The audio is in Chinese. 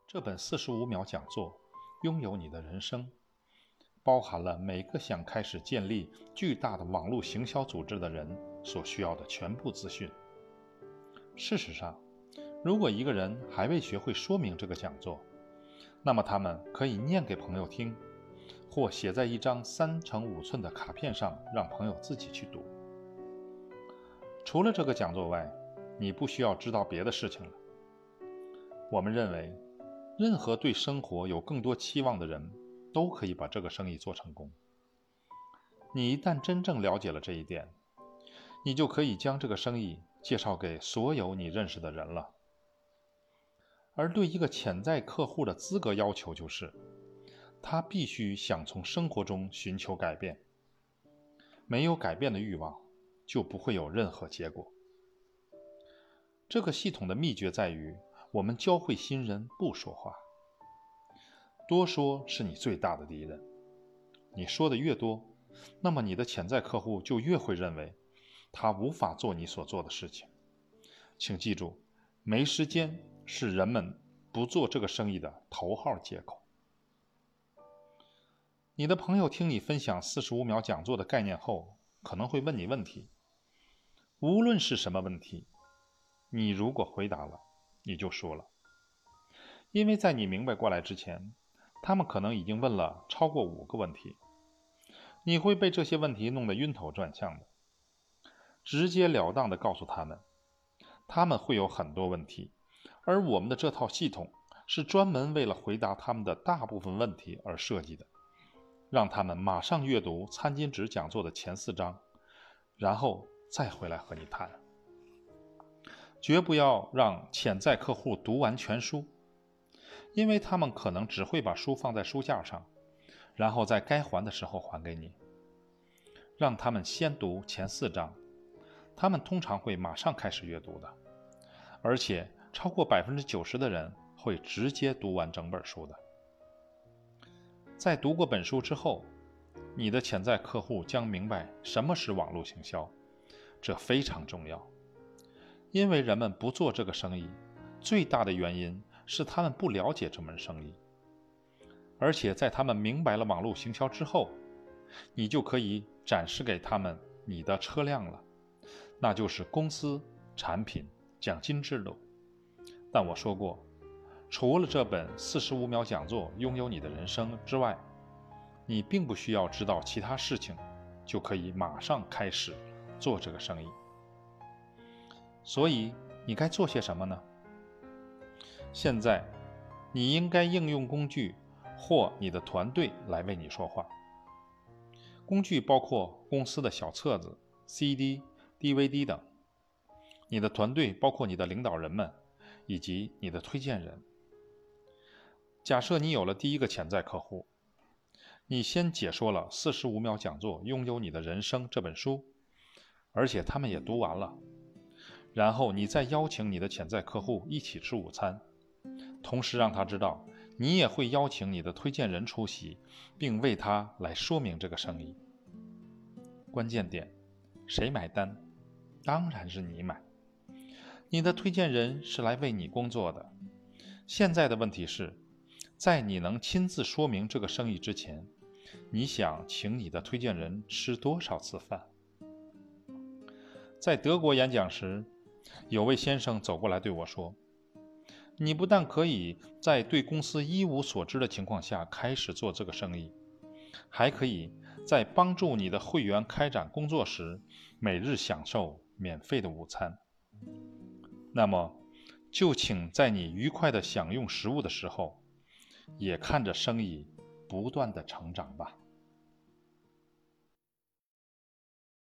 这本45秒讲座拥有你的人生，包含了每个想开始建立巨大的网络行销组织的人所需要的全部资讯。事实上，如果一个人还未学会说明这个讲座，那么他们可以念给朋友听，或写在一张3×5寸的卡片上，让朋友自己去读。除了这个讲座外，你不需要知道别的事情了。我们认为，任何对生活有更多期望的人都可以把这个生意做成功。你一旦真正了解了这一点，你就可以将这个生意介绍给所有你认识的人了。而对一个潜在客户的资格要求就是，他必须想从生活中寻求改变。没有改变的欲望，就不会有任何结果。这个系统的秘诀在于，我们教会新人不说话。多说是你最大的敌人。你说的越多，那么你的潜在客户就越会认为他无法做你所做的事情。请记住，没时间是人们不做这个生意的头号借口。你的朋友听你分享45秒讲座的概念后，可能会问你问题。无论是什么问题，你如果回答了，你就输了。因为在你明白过来之前，他们可能已经问了超过5个问题。你会被这些问题弄得晕头转向的。直截了当地告诉他们，他们会有很多问题，而我们的这套系统是专门为了回答他们的大部分问题而设计的。让他们马上阅读餐巾纸讲座的前4章，然后再回来和你谈。绝不要让潜在客户读完全书，因为他们可能只会把书放在书架上，然后在该还的时候还给你。让他们先读前4章，他们通常会马上开始阅读的，而且超过90%的人会直接读完整本书的。在读过本书之后，你的潜在客户将明白什么是网络行销，这非常重要。因为人们不做这个生意，最大的原因是他们不了解这门生意。而且在他们明白了网络行销之后，你就可以展示给他们你的车辆了，那就是公司、产品、奖金制度。但我说过，除了这本45秒讲座拥有你的人生之外，你并不需要知道其他事情，就可以马上开始做这个生意。所以你该做些什么呢？现在你应该应用工具或你的团队来为你说话。工具包括公司的小册子、CD、DVD 等。你的团队包括你的领导人们以及你的推荐人。假设你有了第一个潜在客户，你先解说了45秒讲座拥有你的人生这本书，而且他们也读完了。然后你再邀请你的潜在客户一起吃午餐，同时让他知道你也会邀请你的推荐人出席，并为他来说明这个生意。关键点，谁买单？当然是你买。你的推荐人是来为你工作的。现在的问题是，在你能亲自说明这个生意之前，你想请你的推荐人吃多少次饭？在德国演讲时，有位先生走过来对我说，你不但可以在对公司一无所知的情况下开始做这个生意，还可以在帮助你的会员开展工作时，每日享受免费的午餐。那么，就请在你愉快地享用食物的时候，也看着生意不断地成长吧。